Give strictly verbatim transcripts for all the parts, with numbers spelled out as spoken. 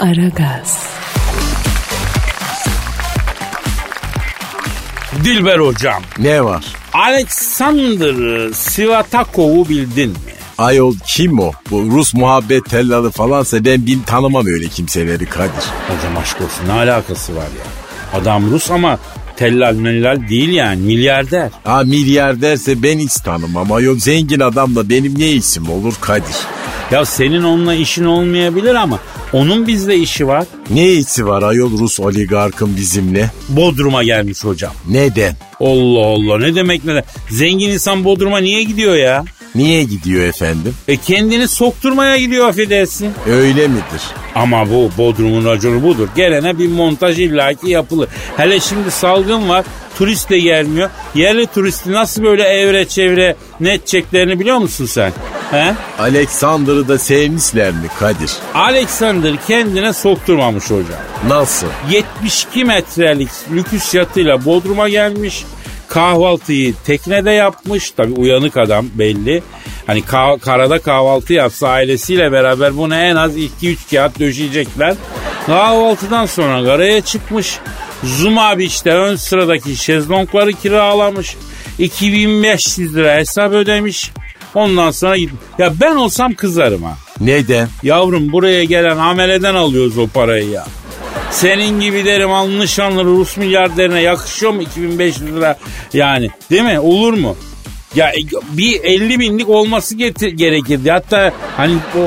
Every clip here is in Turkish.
Aragaz. Dilber hocam. Ne var? Alexander Svetakov'u bildin mi? Ayol kim o? Bu Rus muhabbet tellalı falansa ben bin tanımam öyle kimseleri Kadir. Hocam aşk olsun, ne alakası var ya? Adam Rus ama tellal mellal değil yani, milyarder. Ha milyarderse ben hiç tanımam. Ayol zengin adamla benim ne işim olur Kadir? Ya senin onunla işin olmayabilir ama onun bizle işi var. Ne işi var ayol Rus oligarkın bizimle? Bodrum'a gelmiş hocam. Neden? Allah Allah, ne demek neden? Zengin insan Bodrum'a niye gidiyor ya? Niye gidiyor efendim? E kendini sokturmaya gidiyor, affedersin. Öyle midir? Ama bu Bodrum'un raconu budur. Gelene bir montaj illaki yapılır. Hele şimdi salgın var. Turist de gelmiyor. Yerli turisti nasıl böyle evre çevre ne edeceklerini biliyor musun sen? He? Alexander'ı da sevmişler mi Kadir? Alexander kendine sokturmamış hocam. Nasıl? yetmiş iki metrelik lüküs yatıyla Bodrum'a gelmiş. Kahvaltıyı teknede yapmış. Tabii uyanık adam belli. Hani ka- karada kahvaltı yapsa ailesiyle beraber bunu en az iki üç kağıt döşeyecekler. Kahvaltıdan sonra karaya çıkmış. Zuma Beach'te ön sıradaki şezlongları kiralamış. iki bin beş yüz lira hesap ödemiş. Ondan sonra gitmiş. Ya ben olsam kızarım ha. Neden? Yavrum buraya gelen ameleden alıyoruz o parayı ya. Senin gibi derim alnı şanlı Rus milyarderine yakışıyor mu iki bin beş yüz lira yani, değil mi? Olur mu? Ya bir elli binlik olması getir- gerekirdi. Hatta hani o,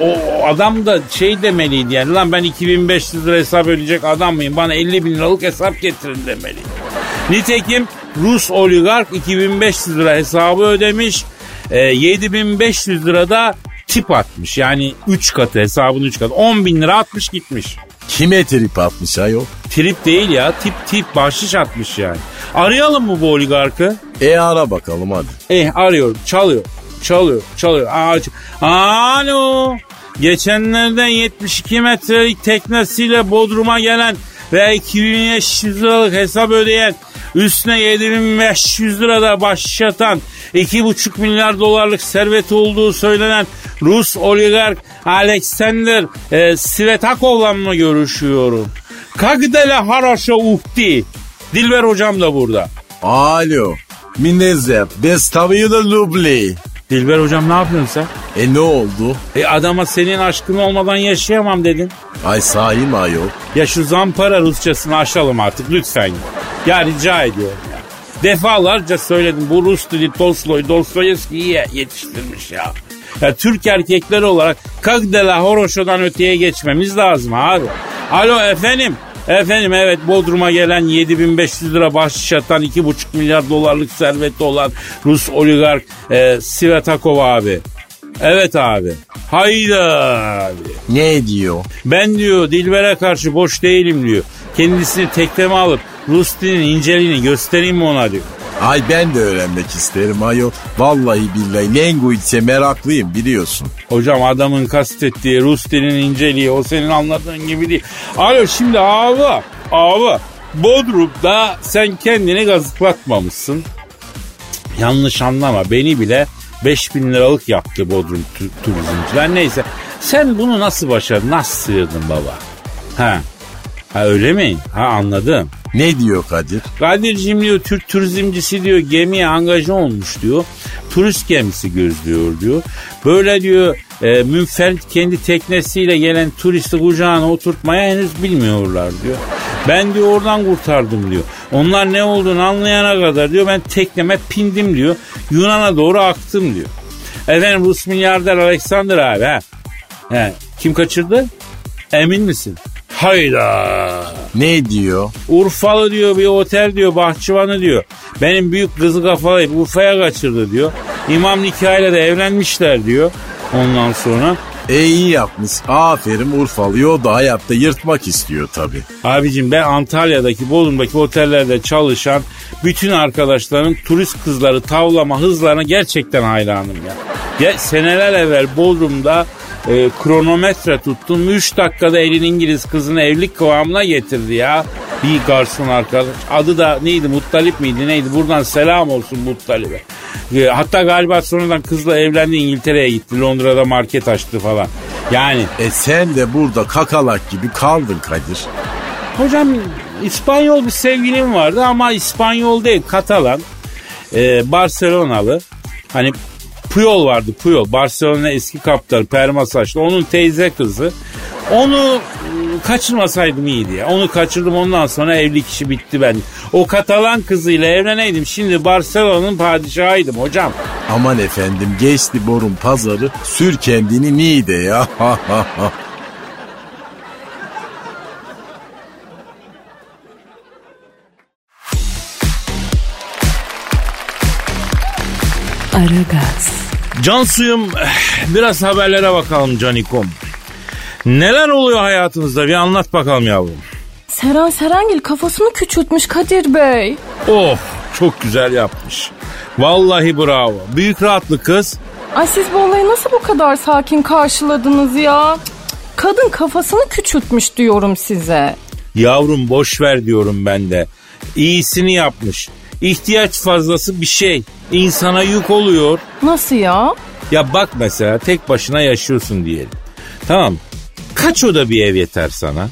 o adam da şey demeliydi yani, lan ben iki bin beş yüz lira hesap ödeyecek adam mıyım? Bana elli bin liralık hesap getirin demeliydi. Nitekim Rus oligark iki bin beş yüz lira hesabı ödemiş. E, yedi bin beş yüz lira da tip atmış. Yani üç katı, hesabın üç katı. on bin lira atmış gitmiş. Kime trip atmış ayol? Trip değil ya, tip tip bahşiş atmış yani. Arayalım mı bu oligarkı? E ara bakalım hadi. Eh arıyorum, çalıyor, çalıyor, çalıyor. Aç. Alo. Geçenlerden yetmiş iki metrelik teknesiyle Bodrum'a gelen ve iki bin beş yüz liralık hesap ödeyen, üstüne yedi bin beş yüz lirada bahşiş atan, iki buçuk milyar dolarlık serveti olduğu söylenen Rus oligark Alexander e, Svetakov'la mı görüşüyorum? Kagdele haraşa uhti. Dilber hocam da burada. Alo. Minnezer. Bestavıyla lubli. Dilber hocam ne yapıyorsun sen? E ne oldu? E adama senin aşkın olmadan yaşayamam dedin. Ay sahi mi ayol? Ya şu zampara Rusçasını aşalım artık lütfen. Ya rica ediyorum ya. Defalarca söyledim, bu Rus dili Tolstoy, Dostoyevski'yi yetiştirmiş ya. Ya Türk erkekleri olarak Kagdela Horoşo'dan öteye geçmemiz lazım abi. Alo efendim. Efendim evet, Bodrum'a gelen yedi bin beş yüz lira bahşiş atan, iki buçuk milyar dolarlık serveti olan Rus oligark e, Svetakov abi. Evet abi. Hayda abi. Ne diyor? Ben diyor Dilber'e karşı boş değilim diyor. Kendisini tekleme alıp Rus dilinin inceliğini göstereyim mi ona diyor. Ay ben de öğrenmek isterim ayol. Vallahi billahi language'e meraklıyım biliyorsun. Hocam adamın kastettiği Rus dilinin inceliği o senin anladığın gibi değil. Alo şimdi abi, abi Bodrum'da sen kendini gazıklatmamışsın. Yanlış anlama, beni bile beş bin liralık yaptı Bodrum tu- turizmciler. Neyse, sen bunu nasıl başardın, nasıl sığırdın baba? Ha, ha öyle mi? Ha anladım. Ne diyor Kadir? Kadir'cim diyor, Türk turizmcisi diyor gemiye angaja olmuş diyor. Turist gemisi gözlüyor diyor. Böyle diyor e, münferit kendi teknesiyle gelen turisti kucağına oturtmaya henüz bilmiyorlar diyor. Ben diyor oradan kurtardım diyor. Onlar ne olduğunu anlayana kadar diyor ben tekneme pindim diyor. Yunan'a doğru aktım diyor. Efendim Rus milyarder Alexander abi ha. He, kim kaçırdı? Emin misin? Hayda. Ne diyor? Urfalı diyor bir otel diyor bahçıvanı diyor. Benim büyük kızı kafalayıp Urfa'ya kaçırdı diyor. İmam nikahıyla da evlenmişler diyor. Ondan sonra. E iyi yapmış. Aferin Urfalı'yı, o da hayatta yırtmak istiyor tabii. Abicim ben Antalya'daki Bodrum'daki otellerde çalışan bütün arkadaşların turist kızları tavlama hızlarına gerçekten hayranım ya. ya seneler evvel Bodrum'da e, kronometre tuttum. üç dakikada elin İngiliz kızını evlilik kıvamına getirdi ya. Bir garson arkadaş. Adı da neydi? Muttalip miydi? Neydi? Buradan selam olsun Muttalip'e. E, hatta galiba sonradan kızla evlendi, İngiltere'ye gitti. Londra'da market açtı falan. Yani. E sen de burada kakalak gibi kaldın Kadir. Hocam İspanyol bir sevgilim vardı ama İspanyol değil, Katalan. Ee, Barcelonalı. Hani Puyol vardı, Puyol. Barcelona eski kaptanı, perma saçlı. Onun teyze kızı. Onu kaçırmasaydım iyiydi ya. Onu kaçırdım, ondan sonra evlilik işi bitti ben. O Katalan kızıyla evleneydim. Şimdi Barcelona'nın padişahıydım hocam. Aman efendim, geçti borun pazarı, sür kendini Niğde ya. Aragaz. Cansuyum, biraz haberlere bakalım Canikom. Neler oluyor hayatınızda, bir anlat bakalım yavrum. Seren Serengil kafasını küçültmüş Kadir Bey. Oh, çok güzel yapmış. Vallahi bravo. Büyük rahatlık kız. Ay siz bu olayı nasıl bu kadar sakin karşıladınız ya? Kadın kafasını küçültmüş diyorum size. Yavrum boş ver diyorum ben de. İyisini yapmış. İhtiyaç fazlası bir şey. İnsana yük oluyor. Nasıl ya? Ya bak mesela tek başına yaşıyorsun diyelim. Tamam. Kaç oda bir ev yeter sana?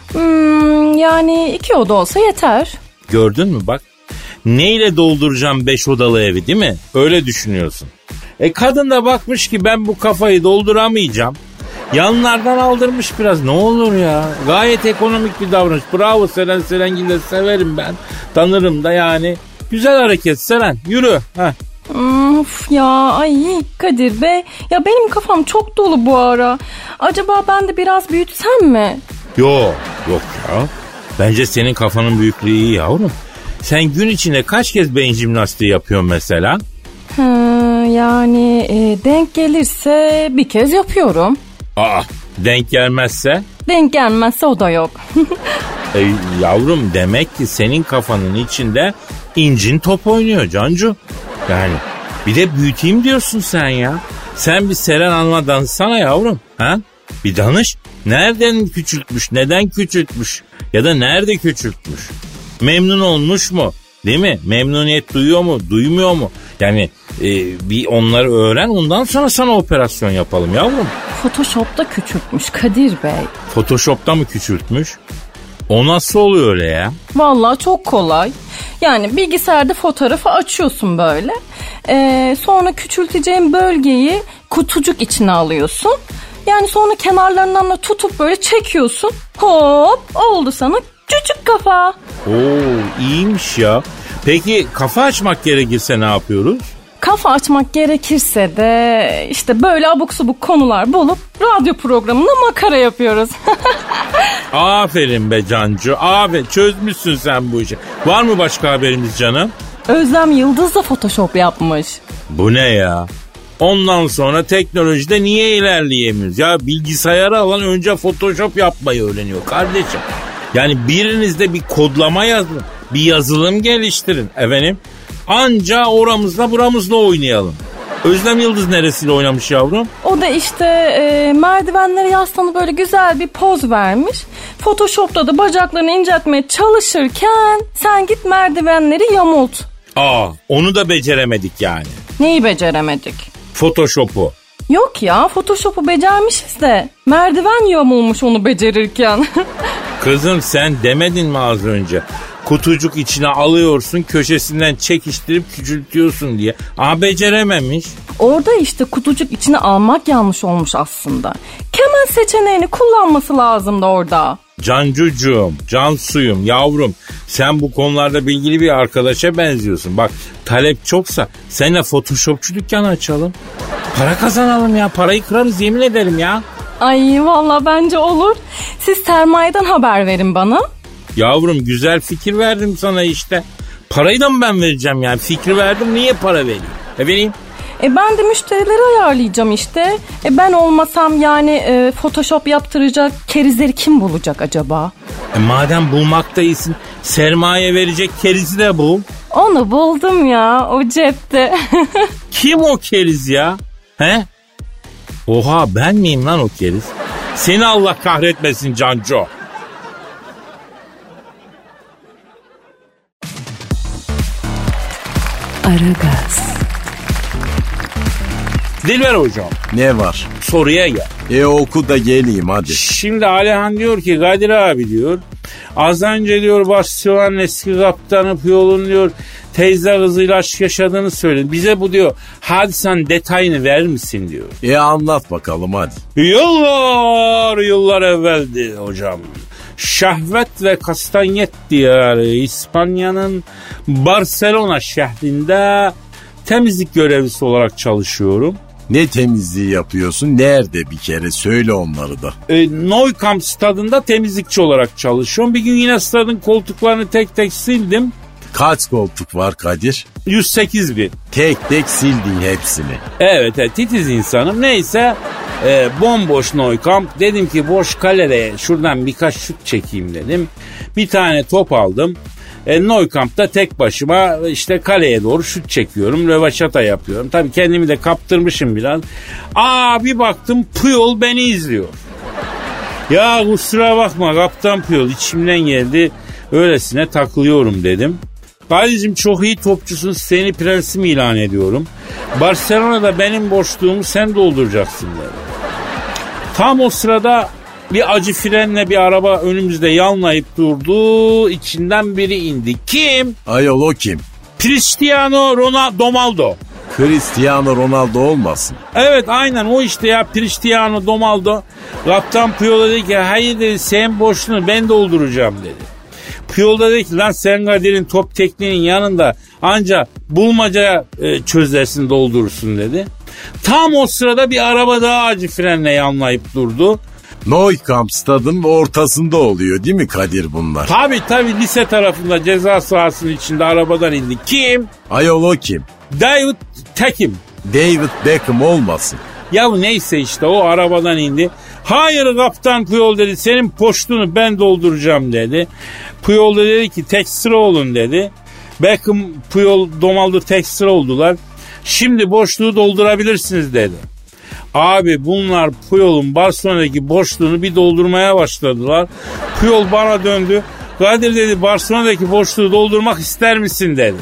Hmm, yani iki oda olsa yeter. Gördün mü bak. Neyle dolduracağım beş odalı evi, değil mi? Öyle düşünüyorsun. E kadın da bakmış ki ben bu kafayı dolduramayacağım. Yanlardan aldırmış biraz. Ne olur ya. Gayet ekonomik bir davranış. Bravo Seren Serengil'i de severim ben. Tanırım da yani. Güzel hareket Seren. Yürü. Heh. Of ya, ay Kadir Bey. Ya benim kafam çok dolu bu ara. Acaba ben de biraz büyütsem mi? Yok. Yok ya. Bence senin kafanın büyüklüğü iyi yavrum. Sen gün içinde kaç kez beyin jimnastiği yapıyorsun mesela? Ha, yani e, denk gelirse bir kez yapıyorum. Aa, denk gelmezse? Denk gelmezse o da yok. e, yavrum demek ki senin kafanın içinde incin top oynuyor Cancu. Yani bir de büyüteyim diyorsun sen ya. Sen bir Seren Hanım'a danışsana yavrum. Ha? Bir danış. Nereden küçültmüş? Neden küçültmüş? Ya da nerede küçültmüş? Memnun olmuş mu? Değil mi? Memnuniyet duyuyor mu? Duymuyor mu? Yani e, bir onları öğren, ondan sonra sana operasyon yapalım yavrum. Photoshop'ta küçültmüş Kadir Bey. Photoshop'ta mı küçültmüş? O nasıl oluyor öyle ya? Vallahi çok kolay. Yani bilgisayarda fotoğrafı açıyorsun böyle. Ee, sonra küçülteceğin bölgeyi kutucuk içine alıyorsun. Yani sonra kenarlarından da tutup böyle çekiyorsun. Hop, oldu sana küçük kafa. Oo, iyiymiş ya. Peki kafa açmak gerekirse ne yapıyoruz? Kafa açmak gerekirse de işte böyle abuk subuk konular bulup radyo programında makara yapıyoruz. Aferin be Cancu. Aferin, çözmüşsün sen bu işi. Var mı başka haberimiz canım? Özlem Yıldız da Photoshop yapmış. Bu ne ya? Ondan sonra teknolojide niye ilerleyemiyoruz? Ya bilgisayarı alan önce Photoshop yapmayı öğreniyor kardeşim. Yani biriniz de bir kodlama yazın. Bir yazılım geliştirin efendim. Anca oramızla buramızla oynayalım. Özlem Yıldız neresiyle oynamış yavrum? O da işte e, merdivenlere yaslanıp böyle güzel bir poz vermiş. Photoshop'ta da bacaklarını inceltmeye çalışırken sen git merdivenleri yamult. Aa, onu da beceremedik yani. Neyi beceremedik? Photoshop'u. Yok ya, Photoshop'u becermişiz de merdiven yamulmuş onu becerirken. Kızım sen demedin mi az önce? Kutucuk içine alıyorsun, köşesinden çekiştirip küçültüyorsun diye. Aa, becerememiş. Orada işte kutucuk içine almak yanlış olmuş aslında. Kemal seçeneğini kullanması lazımdı orada. Cancucuğum, Cansuyum, yavrum. Sen bu konularda bilgili bir arkadaşa benziyorsun. Bak, talep çoksa seninle Photoshopçu dükkanı açalım. Para kazanalım ya, parayı kırarız yemin ederim ya. Ay vallahi bence olur. Siz sermayeden haber verin bana. Yavrum güzel fikir verdim sana işte. Parayı da mı ben vereceğim yani? Fikri verdim, niye para vereyim? E vereyim. E ben de müşterileri ayarlayacağım işte. E ben olmasam yani e, Photoshop yaptıracak kerizleri kim bulacak acaba? E madem bulmakta iyisin, sermaye verecek kerizi de bul. Onu buldum ya, o cepte. Kim o keriz ya? He? Oha, ben miyim lan o keriz? Seni Allah kahretmesin Canco. Aragaz. Dilber hocam. Ne var? Soruya gel. E oku da geleyim hadi. Şimdi Alihan diyor ki Kadir abi diyor. Az önce diyor Barcelona'nın eski kaptanı Puyol'un diyor teyze kızıyla aşk yaşadığını söyledi. Bize bu diyor hadisenin detayını verir misin diyor. E anlat bakalım hadi. Yıllar yıllar evveldi hocam. Şehvet ve kastanyet diyarı İspanya'nın Barcelona şehrinde temizlik görevlisi olarak çalışıyorum. Ne temizliği yapıyorsun? Nerede bir kere? Söyle onları da. E, Nou Camp stadında temizlikçi olarak çalışıyorum. Bir gün yine stadın koltuklarını tek tek sildim. Kaç koltuk var Kadir? yüz sekiz bin. Tek tek sildin hepsini. Evet, evet titiz insanım. Neyse e, bomboş Nou Camp. Dedim ki boş kaleye şuradan birkaç şut çekeyim dedim. Bir tane top aldım. E, Nou Camp'ta tek başıma işte kaleye doğru şut çekiyorum. Rövaşata yapıyorum. Tabii kendimi de kaptırmışım biraz. Aa bir baktım Puyol beni izliyor. Ya kusura bakma Kaptan Puyol içimden geldi. Öylesine takılıyorum dedim. Kardeşim çok iyi topçusun seni prensim ilan ediyorum. Barcelona'da benim boşluğumu sen dolduracaksın dedi. Tam o sırada bir acı frenle bir araba önümüzde yanlayıp durdu. İçinden biri indi. Kim? Ayol o kim? Cristiano Ronaldo. Cristiano Ronaldo olmasın? Evet aynen o işte ya Cristiano Ronaldo. Kaptan Puyol dedi ki hayır dedi sen boşluğunu ben dolduracağım dedi. Puyol dedi ki lan sen Kadir'in top tekniğinin yanında anca bulmaca e, çözersin doldurursun dedi. Tam o sırada bir araba daha acı frenle yanlayıp durdu. Nou Camp stadının ortasında oluyor değil mi Kadir bunlar? Tabii tabii lise tarafında ceza sahasının içinde arabadan indi. Kim? Ayol o kim? David Tekim. David Beckham olmasın? Ya neyse işte o arabadan indi. Hayır Kaptan Puyol dedi senin poştuğunu ben dolduracağım dedi. Puyol da dedi ki tek sıra olun dedi. Beckham, Puyol, Ronaldo tek sıra oldular. Şimdi boşluğu doldurabilirsiniz dedi. Abi bunlar Puyol'un Barcelona'daki boşluğunu bir doldurmaya başladılar. Puyol bana döndü. Kadir dedi Barcelona'daki boşluğu doldurmak ister misin dedi.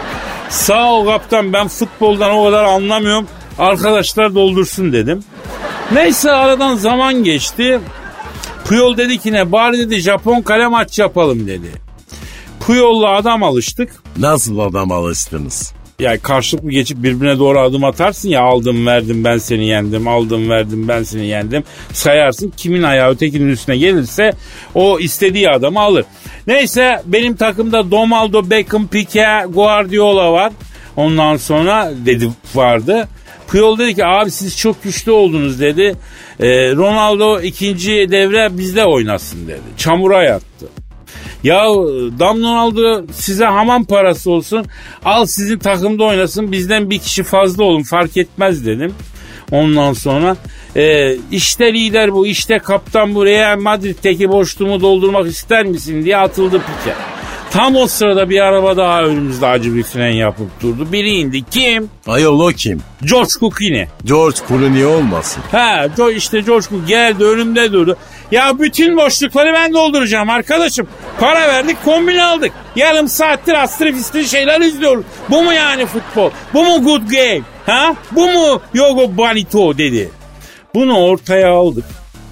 Sağ ol kaptan ben futboldan o kadar anlamıyorum. Arkadaşlar doldursun dedim. Neyse aradan zaman geçti. Puyol dedi ki ne bari dedi Japon kale maç yapalım dedi. Puyol'la adam alıştık. Nasıl adam alıştınız? Yani karşılıklı geçip birbirine doğru adım atarsın ya aldım verdim ben seni yendim aldım verdim ben seni yendim sayarsın kimin ayağı ötekinin üstüne gelirse o istediği adamı alır. Neyse benim takımda Ronaldo, Beckham, Pique, Guardiola var ondan sonra dedi vardı. Puyol dedi ki abi siz çok güçlü oldunuz dedi. Ee, Ronaldo ikinci devre bizde oynasın dedi. Çamura yattı. Ya Dam Ronaldo size hamam parası olsun. Al sizin takımda oynasın. Bizden bir kişi fazla olun fark etmez dedim. Ondan sonra e, işte lider bu işte kaptan bu Real Madrid'deki boşluğumu doldurmak ister misin diye atıldı Pique. Tam o sırada bir araba daha önümüzde acı bir fren yapıp durdu. Biri indi. Kim? Ayol o kim? George Clooney. George Clooney olmasın? Ha işte George Clooney geldi önümde durdu. Ya bütün boşlukları ben dolduracağım arkadaşım. Para verdik kombin aldık. Yarım saattir astrofistin şeyler izliyoruz. Bu mu yani futbol? Bu mu good game? Ha? Bu mu Yogo Bonito dedi. Bunu ortaya aldık.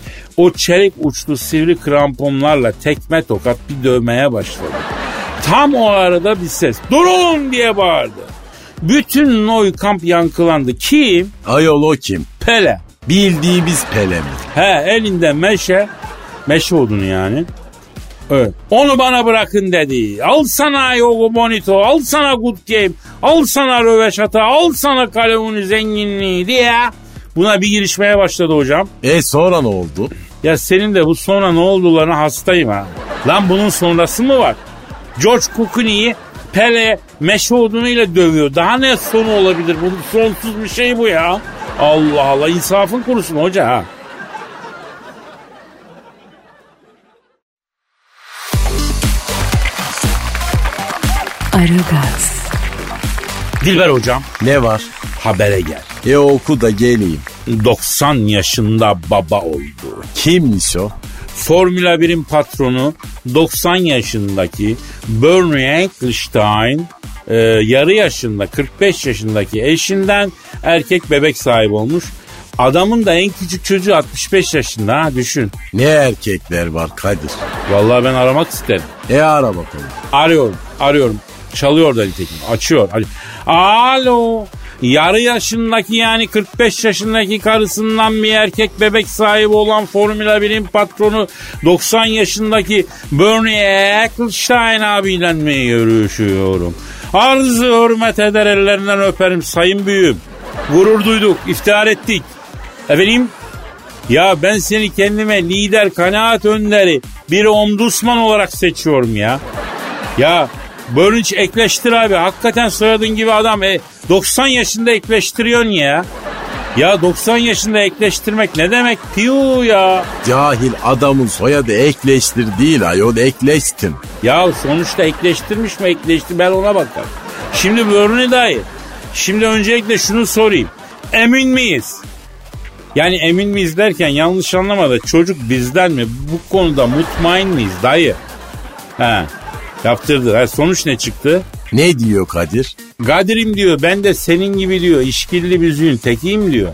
O çelik uçlu sivri kramponlarla tekme tokat bir dövmeye başladı. Tam o arada bir ses durun diye bağırdı. Bütün Nou Camp yankılandı. Kim? Ayol o kim? Pele. Bildiğimiz Pele mi? He elinde meşe. Meşe odunu yani. Evet. Onu bana bırakın dedi. Al sana Yogo Bonito, al sana good game, al sana röveşata, al sana Kaleuni zenginliği diye. Buna bir girişmeye başladı hocam. E sonra ne oldu? Ya senin de bu sonra ne oldularına hastayım ha. Lan bunun sonrası mı var? George Clooney'i Pele meşe odunuyla dövüyor. Daha ne sonu olabilir? Bu sonsuz bir şey bu ya. Allah Allah insafın kurusun hoca ha. Aragaz. Dilber hocam. Ne var? Habere gel. E oku da geleyim. doksan yaşında baba oydu. Kimmiş o? Formula birin patronu doksan yaşındaki Bernie Ecclestone e, yarı yaşında kırk beş yaşındaki eşinden erkek bebek sahibi olmuş. Adamın da en küçük çocuğu altmış beş yaşında, ha düşün. Ne erkekler var Kadir. Vallahi ben aramak isterim. E ara bakalım. Arıyorum, arıyorum. Çalıyor da nitekim. Açıyor. Alo. Yarı yaşındaki yani kırk beş yaşındaki karısından bir erkek bebek sahibi olan Formula birin patronu doksan yaşındaki Bernie Ecclestone abiyle mi görüşüyorum? Arz-ı hürmet eder, ellerinden öperim sayın büyüğüm. Gurur duyduk, iftihar ettik. Efendim? Ya ben seni kendime lider, kanaat önderi, bir omdusman olarak seçiyorum ya. Ya böyle hiç ekleştir abi. Hakikaten soyadın gibi adam. E, doksan yaşında ekleştiriyorsun ya. Ya doksan yaşında ekleştirmek ne demek? Piu ya. Cahil adamın soyadı ekleştir değil ayol, ekleştin. Ya sonuçta ekleştirmiş mi ekleşti, ben ona bakarım. Şimdi Börne dayı. Şimdi öncelikle şunu sorayım. Emin miyiz? Yani emin miyiz derken yanlış anlama da çocuk bizden mi? Bu konuda mutmain miyiz dayı? He. Yaptırdı. Ha, sonuç ne çıktı? Ne diyor Kadir? Kadir'im diyor, ben de senin gibi diyor işkilli büzüğün tekiyim diyor.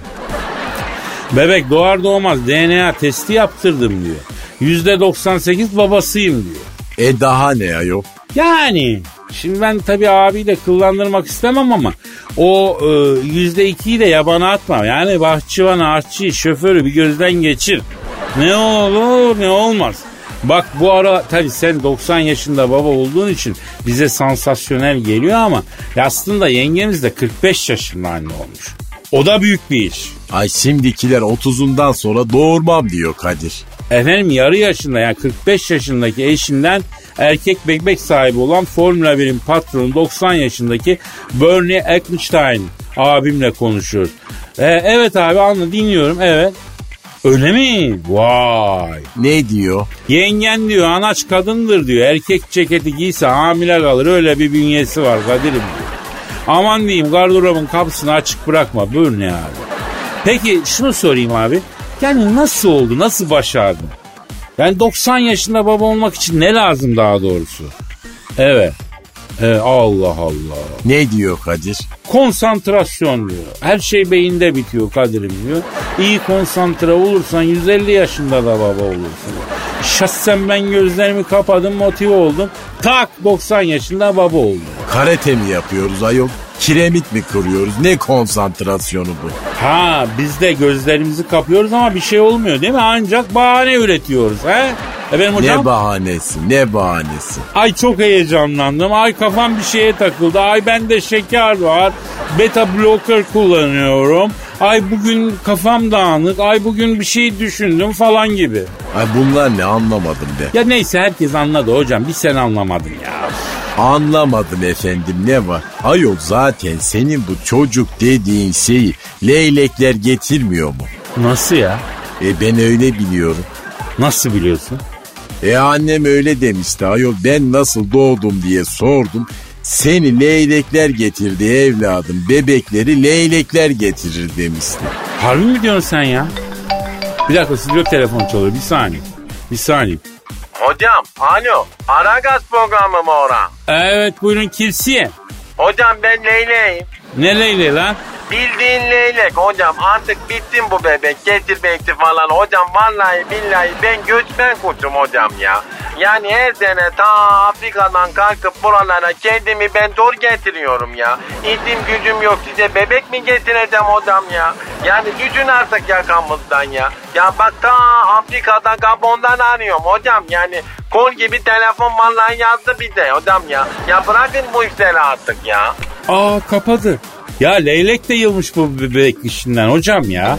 Bebek doğar doğmaz D N A testi yaptırdım diyor. yüzde doksan sekiz babasıyım diyor. E daha ne ayol? Yani şimdi ben tabii abiyi de kıllandırmak istemem ama o e, yüzde ikiyi de yabana atma. Yani bahçıvan, ağaççıyı, şoförü bir gözden geçir. Ne olur ne olmaz. Bak bu ara tabii sen doksan yaşında baba olduğun için bize sansasyonel geliyor ama aslında yengemiz de kırk beş yaşında anne olmuş. O da büyük bir iş. Ay şimdikiler otuzundan sonra doğurmam diyor Kadir. Efendim yarı yaşında yani kırk beş yaşındaki eşinden erkek bebek sahibi olan Formula birin patronu doksan yaşındaki Bernie Ecclestone abimle konuşuyoruz. Ee, evet abi anla dinliyorum, evet. Öyle mi? Vay. Ne diyor? Yengen diyor anaç kadındır diyor. Erkek ceketi giyse hamile kalır, öyle bir bünyesi var Kadir'im diyor. Aman diyeyim gardırobun kapısını açık bırakma Bernie abi. Peki şunu sorayım abi. Yani nasıl oldu? Nasıl başardın? Yani doksan yaşında baba olmak için ne lazım daha doğrusu? Evet. Evet, Allah Allah. Ne diyor Kadir? Konsantrasyon diyor. Her şey beyinde bitiyor Kadir'im diyor. İyi konsantre olursan yüz elli yaşında da baba olursun. Şahsen ben gözlerimi kapadım, motive oldum. Tak doksan yaşında baba oldum. Karate mi yapıyoruz ayol? Kiremit mi kırıyoruz? Ne konsantrasyonu bu? Ha biz de gözlerimizi kapıyoruz ama bir şey olmuyor değil mi? Ancak bahane üretiyoruz. He? Efendim hocam? Ne bahanesi, ne bahanesi. Ay çok heyecanlandım. Ay kafam bir şeye takıldı. Ay bende şeker var. Beta blocker kullanıyorum. Ay bugün kafam dağınık. Ay bugün bir şey düşündüm falan gibi. Ay bunlar ne, anlamadım be. Ya neyse herkes anladı hocam. Bir sen anlamadın ya. Anlamadım efendim, ne var? Ayol zaten senin bu çocuk dediğin şeyi leylekler getirmiyor mu? Nasıl ya? E ben öyle biliyorum. Nasıl biliyorsun? E annem öyle demişti ayol, ben nasıl doğdum diye sordum. Seni leylekler getirdi evladım, bebekleri leylekler getirir demişti. Harbi mi diyorsun sen ya? Bir dakika stüdyo telefon çalıyor, bir saniye. Bir saniye. Hocam alo, Aragaz programı mı ora? Evet buyurun, kimsiye? Hocam ben Leyleğim. Ne Leyle lan? Bildiğin leylek hocam, artık bittim bu bebek getir bektir falan hocam, vallahi billahi ben göçmen kuşum hocam ya. Yani her sene ta Afrika'dan kalkıp buralara kendimi ben zor getiriyorum ya. İşim gücüm yok, size bebek mi getireceğim hocam ya? Yani düşün artık yakamızdan ya. Ya bak ta Afrika'dan, Gabon'dan arıyorum hocam, yani kol gibi telefon vallahi yazdı bir de hocam ya. Ya bırakın bu işleri artık ya. Aa kapadı. Ya leylek de yılmış bu bebek işinden hocam ya.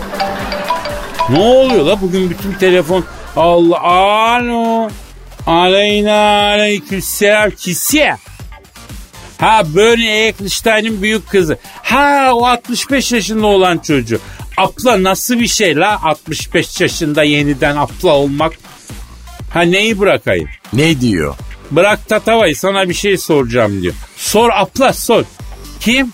Ne oluyor la bugün bütün telefon. Allah, alo. Aleyna aleykümselam, kisiye. Ha Bernie Ecclestone'ın büyük kızı. Ha o altmış beş yaşında olan çocuğu. Apla nasıl bir şey la, altmış beş yaşında yeniden apla olmak. Ha neyi bırakayım? Ne diyor? Bırak tatavayı, sana bir şey soracağım diyor. Sor apla sor. Kim?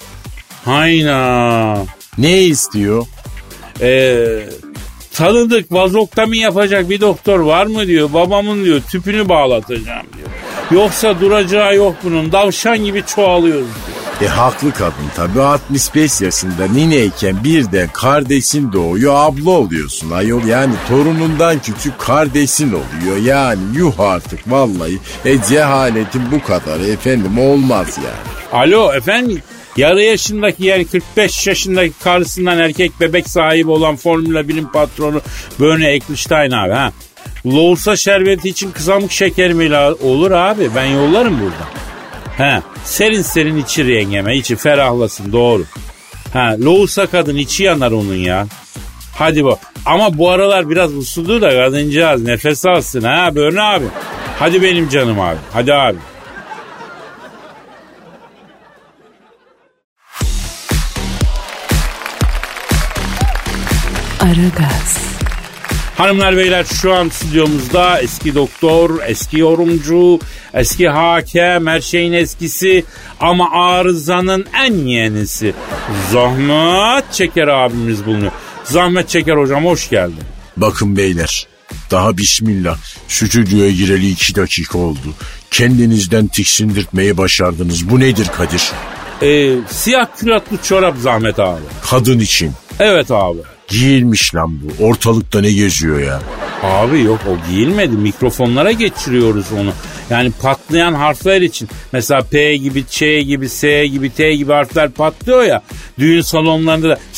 Hayna. Ne istiyor? Eee... Tanıdık vazoktomi yapacak bir doktor var mı diyor. Babamın diyor tüpünü bağlatacağım diyor. Yoksa duracağı yok bunun. Davşan gibi çoğalıyoruz. E haklı kadın tabii, altmış beş yaşında nineyken birden kardeşin doğuyor, abla oluyorsun ayol. Yani torunundan küçük kardeşin oluyor. Yani yuh artık vallahi. E cehaletin bu kadar efendim olmaz yani. Alo efendim, yarı yaşındaki yani kırk beş yaşındaki karısından erkek bebek sahibi olan Formula birin patronu Bernie Ecclestone abi ha. Loğusa şerbeti için kızamık şeker mi olur abi? Ben yollarım buradan. He, serin serin içir yengeme, içi ferahlasın, doğru. Ha, loğusa kadın içi yanar onun ya. Hadi bak. Ama bu aralar biraz usuldu da kadıncağız nefes alsın ha Bernie abi. Hadi benim canım abi. Hadi abi. Aragaz. Hanımlar beyler, şu an stüdyomuzda eski doktor, eski yorumcu, eski hakem, her şeyin eskisi ama arızanın en yenisi Zahmet Çeker abimiz bulunuyor. Zahmet Çeker hocam, hoş geldin. Bakın beyler, daha bismillah stüdyoya gireli iki dakika oldu. Kendinizden tiksindirtmeyi başardınız. Bu nedir Kadir? Ee, siyah küratlı çorap Zahmet abi. Kadın için. Evet abi. Giyilmiş lan bu. Ortalıkta ne geziyor ya? Abi yok, o giyilmedi. Mikrofonlara geçiriyoruz onu. Yani patlayan harfler için. Mesela P gibi, Ç gibi, S gibi, T gibi harfler patlıyor ya. Düğün salonlarında da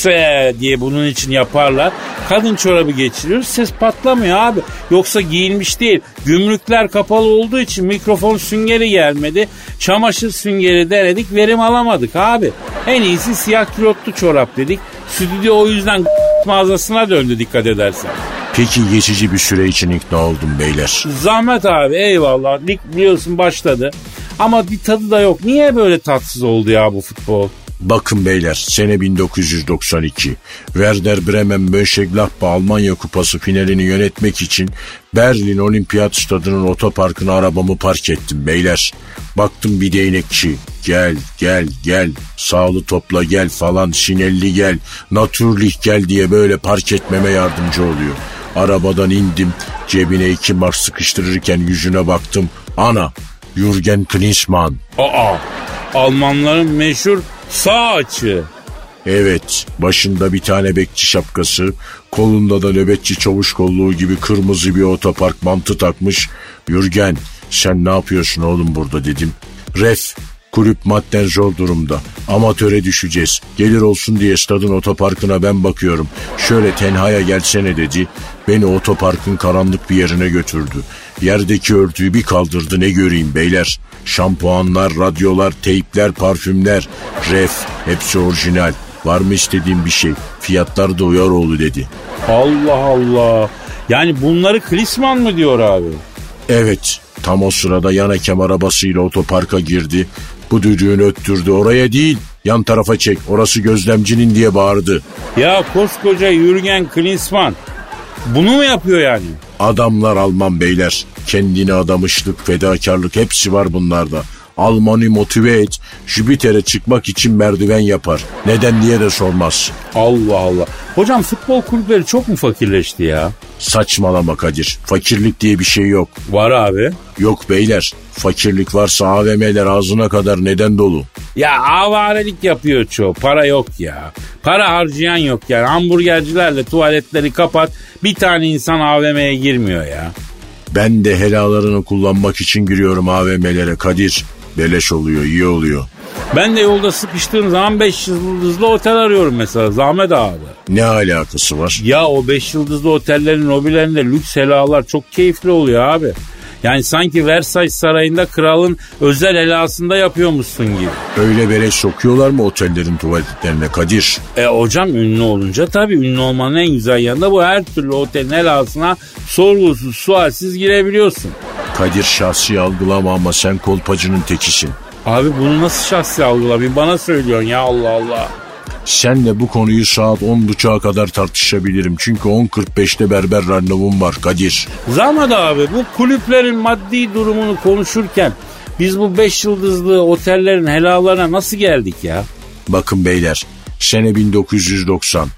S diye bunun için yaparlar. Kadın çorabı geçiriyoruz. Ses patlamıyor abi. Yoksa giyilmiş değil. Gümrükler kapalı olduğu için mikrofon süngeri gelmedi. Çamaşır süngeri denedik. Verim alamadık abi. En iyisi siyah külotlu çorap dedik. Stüdyo o yüzden mağazasına döndü, dikkat edersen. Peki geçici bir süre için ikna oldum beyler. Zahmet abi, eyvallah. Lig biliyorsun başladı. Ama bir tadı da yok. Niye böyle tatsız oldu ya bu futbol? Bakın beyler, sene bin dokuz yüz doksan iki. Werder Bremen Mönchengladbach Almanya Kupası finalini yönetmek için Berlin Olimpiyat Stadı'nın otoparkına arabamı park ettim beyler. Baktım bir değnekçi. Gel gel gel, sağlı topla gel falan, şinelli gel, naturlich gel diye böyle park etmeme yardımcı oluyor. Arabadan indim, cebine iki mark sıkıştırırken yüzüne baktım. Ana, Jürgen Klinsmann. Aa, Almanların meşhur sağ açığı. Evet, başında bir tane bekçi şapkası, kolunda da nöbetçi çavuş kolluğu gibi kırmızı bir otopark bantı takmış. Jürgen, sen ne yapıyorsun oğlum burada dedim. Ref, kulüp madden zor durumda. Amatöre düşeceğiz. Gelir olsun diye stadın otoparkına ben bakıyorum. Şöyle tenhaya gelsene dedi. Beni otoparkın karanlık bir yerine götürdü. Yerdeki örtüyü bir kaldırdı, ne göreyim beyler. Şampuanlar, radyolar, teypler, parfümler. Ref, hepsi orijinal. Var mı istediğin bir şey? Fiyatlar da uyar oğlu dedi. Allah Allah. Yani bunları Klinsmann mı diyor abi? Evet. Tam o sırada yan hakem arabasıyla otoparka girdi. Bu düdüğünü öttürdü. Oraya değil, yan tarafa çek. Orası gözlemcinin diye bağırdı. Ya koskoca Jürgen Klinsmann bunu mu yapıyor yani? Adamlar Alman beyler. Kendine adamışlık, fedakarlık hepsi var bunlarda. Alman'ı motive et, Jüpiter'e çıkmak için merdiven yapar. Neden diye de sormaz. Allah Allah. Hocam futbol kulüpleri çok mu fakirleşti ya? Saçmalama Kadir. Fakirlik diye bir şey yok. Var abi. Yok beyler. Fakirlik varsa A V M'ler ağzına kadar neden dolu? Ya avarelik yapıyor çoğu. Para yok ya. Para harcayan yok yani. Hamburgercilerle tuvaletleri kapat. Bir tane insan A V M'ye girmiyor ya. Ben de helalarını kullanmak için giriyorum A V M'lere Kadir. Beleş oluyor, iyi oluyor. Ben de yolda sıkıştığım zaman beş yıldızlı otel arıyorum mesela Zahmet abi. Ne alakası var? Ya o beş yıldızlı otellerin lobilerinde lüks helalar çok keyifli oluyor abi. Yani sanki Versailles Sarayı'nda kralın özel helasında yapıyormuşsun gibi. Öyle beleş sokuyorlar mı otellerin tuvaletlerine Kadir? E hocam ünlü olunca tabii, ünlü olmanın en güzel yanında bu, her türlü otelin helasına sorgusuz sualsiz girebiliyorsun. Kadir şahsi algılama ama sen kolpacının tekisin. Abi bunu nasıl şahsi algılayayım, bana söylüyorsun ya, Allah Allah. Senle bu konuyu saat on buçuğa kadar tartışabilirim. Çünkü on kırk beşte berber randevum var Kadir. Zahmet abi, bu kulüplerin maddi durumunu konuşurken biz bu beş yıldızlı otellerin helalarına nasıl geldik ya? Bakın beyler, sene bin dokuz yüz doksan.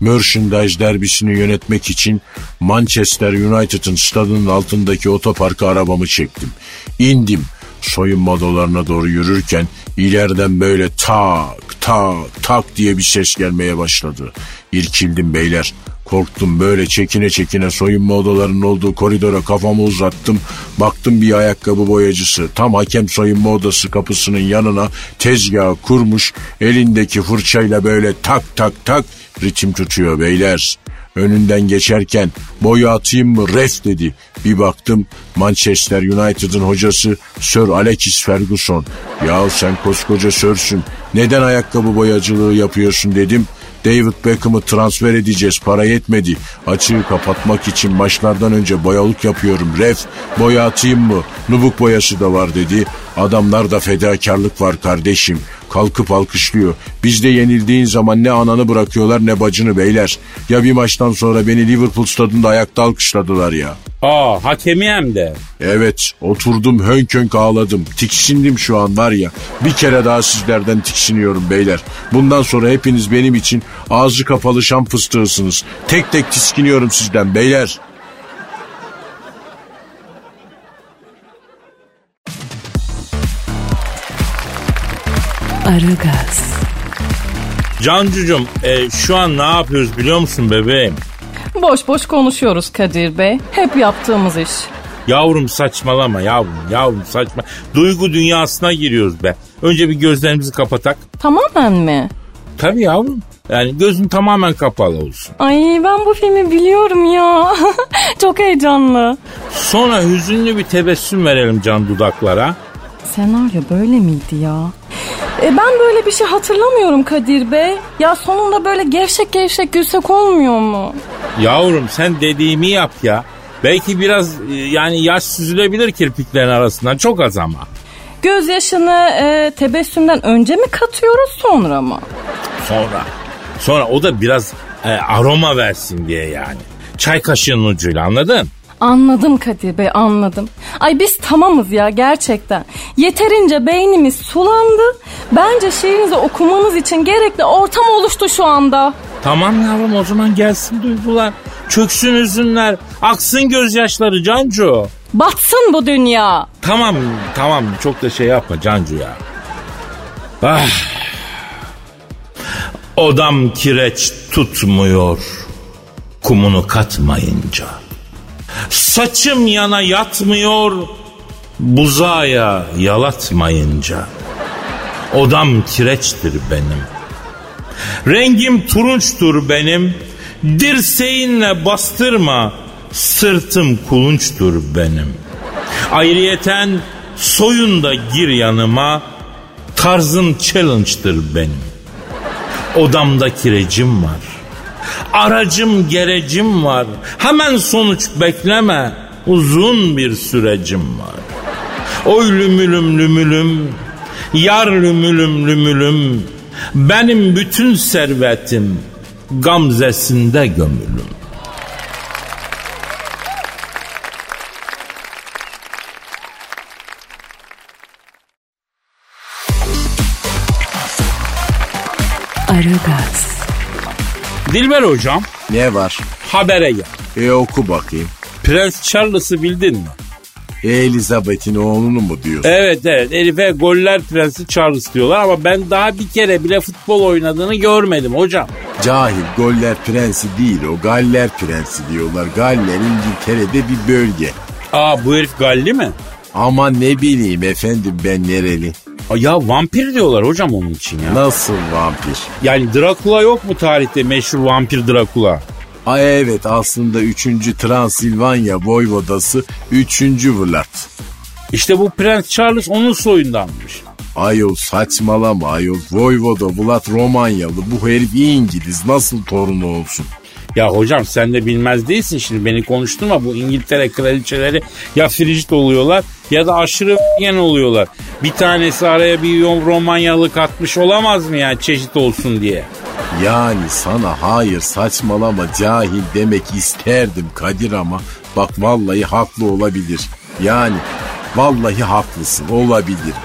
Merchandise derbisini yönetmek için Manchester United'ın stadının altındaki otoparka arabamı çektim. İndim. Soyunma odalarına doğru yürürken ileriden böyle tak tak tak diye bir ses gelmeye başladı. İrkildim beyler. Korktum, böyle çekine çekine soyunma odalarının olduğu koridora kafamı uzattım. Baktım bir ayakkabı boyacısı tam hakem soyunma odası kapısının yanına tezgahı kurmuş, elindeki fırçayla böyle tak tak tak ritim tutuyor beyler. Önünden geçerken boyu atayım mı ref dedi. Bir baktım Manchester United'ın hocası Sir Alex Ferguson. Yahu sen koskoca Sir'sün, neden ayakkabı boyacılığı yapıyorsun dedim. David Beckham'ı transfer edeceğiz, para yetmedi. Açığı kapatmak için maçlardan önce boyalık yapıyorum. Ref, boya atayım mı? Nubuk boyası da var dedi. Adamlar da fedakarlık var kardeşim. Kalkıp alkışlıyor. Bizde yenildiğin zaman ne ananı bırakıyorlar ne bacını beyler. Ya bir maçtan sonra beni Liverpool stadında ayakta alkışladılar ya. Aa, hakemi hem de. Evet, oturdum hönk hönk ağladım. Tiksindim şu an var ya. Bir kere daha sizlerden tiksiniyorum beyler. Bundan sonra hepiniz benim için ağzı kapalı şam fıstığısınız. Tek tek tiskiniyorum sizden beyler. Aragaz. Cancucuğum e, şu an ne yapıyoruz biliyor musun bebeğim? Boş boş konuşuyoruz Kadir Bey. Hep yaptığımız iş. Yavrum saçmalama yavrum yavrum saçma. Duygu dünyasına giriyoruz be. Önce bir gözlerimizi kapatak. Tamamen mi? Tabii yavrum. Yani gözün tamamen kapalı olsun. Ay ben bu filmi biliyorum ya. Çok heyecanlı. Sonra hüzünlü bir tebessüm verelim can dudaklara. Senaryo böyle miydi ya? E ben böyle bir şey hatırlamıyorum Kadir Bey. Ya sonunda böyle gevşek gevşek gülsek olmuyor mu? Yavrum sen dediğimi yap ya. Belki biraz yani yaş süzülebilir kirpiklerin arasından, çok az ama. Gözyaşını e, tebessümden önce mi katıyoruz sonra mı? Sonra. Sonra o da biraz e, aroma versin diye yani. Çay kaşığının ucuyla, anladın? Anladım Kadir Bey, anladım. Ay biz tamamız ya gerçekten. Yeterince beynimiz sulandı. Bence şiirinizi okumanız için gerekli ortam oluştu şu anda. Tamam yavrum, o zaman gelsin duygular. Çöksün hüzünler. Aksın gözyaşları Cancu. Batsın bu dünya. Tamam tamam, çok da şey yapma Cancu ya. Ah. Odam kireç tutmuyor kumunu katmayınca. Saçım yana yatmıyor buzağıya yalatmayınca. Odam kireçtir benim. Rengim turunçtur benim. Dirseğinle bastırma, sırtım kulunçtur benim. Ayrıyeten soyun da gir yanıma, tarzım challenge'dır benim. Odamda kirecim var, aracım gerecim var. Hemen sonuç bekleme, uzun bir sürecim var. Oy lümülüm lümülüm, yar lümülüm lümülüm. Benim bütün servetim gamzesinde gömülüm. Aragaz. Dilber hocam. Ne var? Habere gel. E oku bakayım. Prens Charles'ı bildin mi? Elizabeth'in oğlunu mu diyorsun? Evet evet, Elif'e goller prensi Charles diyorlar ama ben daha bir kere bile futbol oynadığını görmedim hocam. Cahil, goller prensi değil o, Galler prensi diyorlar. Galler İngiltere'de bir bölge. Aa, bu herif Galli mi? Ama ne bileyim efendim ben nereli. Ya vampir diyorlar hocam onun için ya. Nasıl vampir? Yani Drakula yok mu tarihte, meşhur vampir Drakula? Ay evet, aslında üçüncü Transilvanya Voyvodası üçüncü Vlad. İşte bu Prens Charles onun soyundanmış. Ayol saçmalama ayol. Voyvoda Vlad Romanyalı, bu herif İngiliz, nasıl torunu olsun? Ya hocam sen de bilmez değilsin, şimdi beni konuşturma. Bu İngiltere kraliçeleri ya frigid oluyorlar ya da aşırı gen oluyorlar. Bir tanesi araya bir Romanyalı katmış olamaz mı yani, çeşit olsun diye? Yani sana hayır saçmalama cahil demek isterdim Kadir ama bak vallahi haklı olabilir. Yani vallahi haklısın, olabilir bu.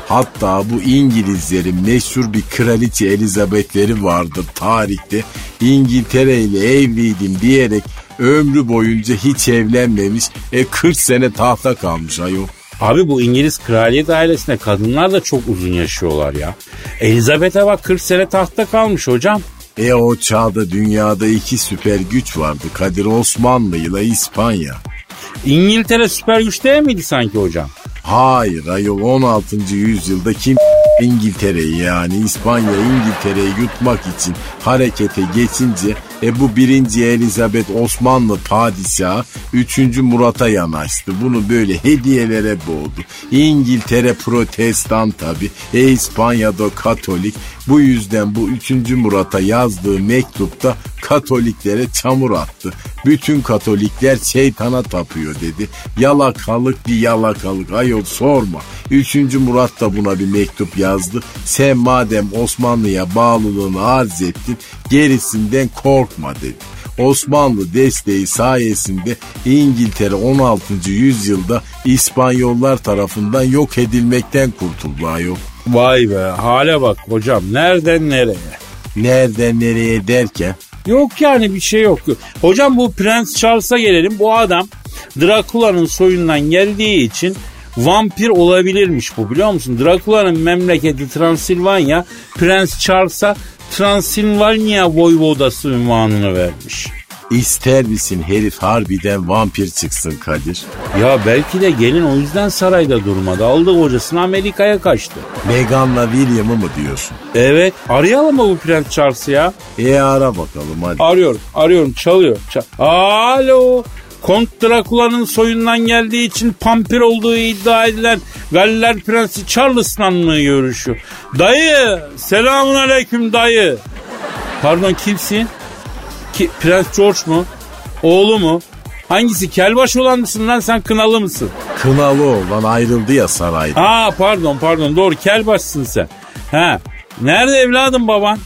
Hatta bu İngilizlerin meşhur bir kraliçe Elizabeth'leri vardır tarihte. İngiltere ile evliydim diyerek ömrü boyunca hiç evlenmemiş. E kırk sene tahta kalmış ayol. Abi bu İngiliz kraliyet ailesinde kadınlar da çok uzun yaşıyorlar ya. Elizabeth'e bak kırk sene tahta kalmış hocam. E o çağda dünyada iki süper güç vardı Kadir, Osmanlı ile İspanya. İngiltere süper güç değil miydi sanki hocam? Hayır ayol, on altıncı yüzyılda kim İngiltere'yi yani İspanya İngiltere'yi yutmak için harekete geçince e bu birinci Elizabeth Osmanlı padişahı üçüncü Murat'a yanaştı. Bunu böyle hediyelere boğdu. İngiltere Protestan tabi, e İspanya'da Katolik. Bu yüzden bu üçüncü Murat'a yazdığı mektupta Katoliklere çamur attı. Bütün Katolikler şeytana tapıyor dedi. Yalakalık bir yalakalık ayol, sorma. üçüncü Murat da buna bir mektup yazdı. Sen madem Osmanlı'ya bağlılığını arz ettin, gerisinden korkma dedi. Osmanlı desteği sayesinde İngiltere on altıncı yüzyılda İspanyollar tarafından yok edilmekten kurtuldu ayol. Vay be, hale bak hocam, nereden nereye? Nereden nereye derken? Yok yani bir şey yok. Hocam bu Prens Charles'a gelelim. Bu adam Drakula'nın soyundan geldiği için vampir olabilirmiş bu, biliyor musun? Drakula'nın memleketi Transilvanya, Prens Charles'a Transilvanya Voyvodası unvanını vermiş. İster misin herif harbiden vampir çıksın Kadir? Ya belki de gelin o yüzden sarayda durmadı. Aldı kocasını Amerika'ya kaçtı. Meghan'la William'ı mı diyorsun? Evet. Arayalım mı bu Prens Charles'ı ya? E ara bakalım hadi. Arıyorum. Arıyorum. Çalıyor. Çal- Alo. Kont Drakula'nın soyundan geldiği için vampir olduğu iddia edilen Galler Prensi Charles'la mı görüşüyor? Dayı. Selamun aleyküm dayı. Pardon, kimsin? Ki, Prens George mu? Oğlu mu? Hangisi? Kelbaş olan mısın lan sen, kınalı mısın? Kınalı olan ayrıldı ya sarayda. Ha pardon pardon doğru, kelbaşsın sen. Ha, nerede evladım baban?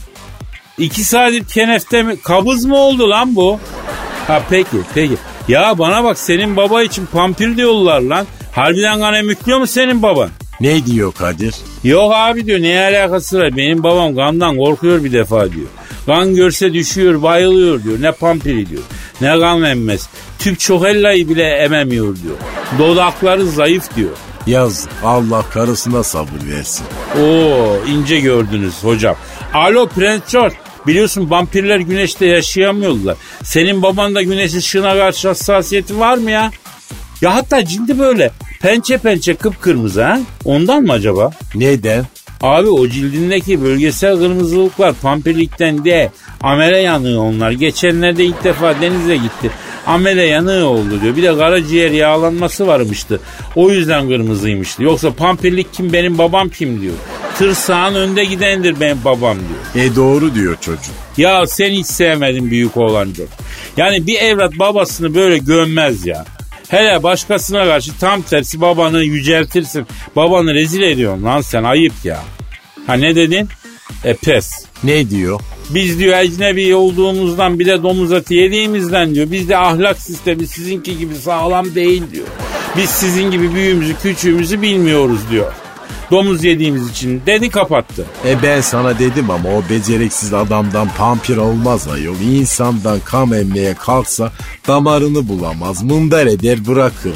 İki saattir kenefte mi? Kabız mı oldu lan bu? Ha peki peki. Ya bana bak, senin baba için vampir diyorlar lan. Harbiden kan emükliyor mu senin baban? Ne diyor Kadir? Yok abi diyor, ne alakası var? Benim babam kandan korkuyor bir defa diyor. Kan görse düşüyor, bayılıyor diyor. Ne vampiri diyor. Ne kan emmez. Tüp çokellayı bile ememiyor diyor. Dodakları zayıf diyor. Yazık, Allah karısına sabır versin. Oo, ince gördünüz hocam. Alo Prens George. Biliyorsun vampirler güneşte yaşayamıyorlar. Senin baban da güneş ışığına karşı hassasiyeti var mı ya? Ya hatta cildi böyle pençe pençe kıpkırmızı ha? Ondan mı acaba? Neden? Abi o cildindeki bölgesel kırmızılıklar vampirlikten de, amele yanığı onlar. Geçenlerde ilk defa denize gitti. Amele yanığı oldu diyor. Bir de karaciğer yağlanması varmıştı. O yüzden kırmızıymıştı. Yoksa vampirlik kim, benim babam kim diyor. Tırsağın önde gidendir benim babam diyor. E doğru diyor çocuk. Ya sen hiç sevmedin büyük oğlancı. Yani bir evlat babasını böyle gömmez ya. Hele başkasına karşı tam tersi babanı yüceltirsin. Babanı rezil ediyorsun lan sen, ayıp ya. Ha ne dedin? E pes. Ne diyor? Biz diyor ecnebi olduğumuzdan, bir de domuz eti yediğimizden diyor. Bizde ahlak sistemi sizinki gibi sağlam değil diyor. Biz sizin gibi büyüğümüzü küçüğümüzü bilmiyoruz diyor. Domuz yediğimiz için dedi, kapattı. E ben sana dedim ama o beceriksiz adamdan vampir olmaz ayol. İnsandan kan emmeye kalksa damarını bulamaz. Mındar eder bırakır.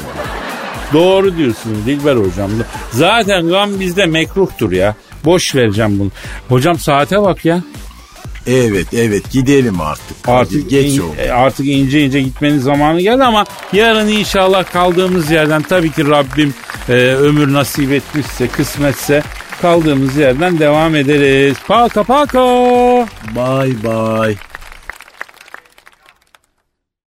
Doğru diyorsunuz Dilber hocam. Zaten kan bizde mekruhtur ya. Boş vereceğim bunu. Hocam saate bak ya. Evet evet gidelim artık. Artık geç in, oldu. Artık ince ince gitmenin zamanı geldi ama yarın inşallah kaldığımız yerden, tabii ki Rabbim e, ömür nasip etmişse, kısmetse kaldığımız yerden devam ederiz. Paka paka. Bye bye.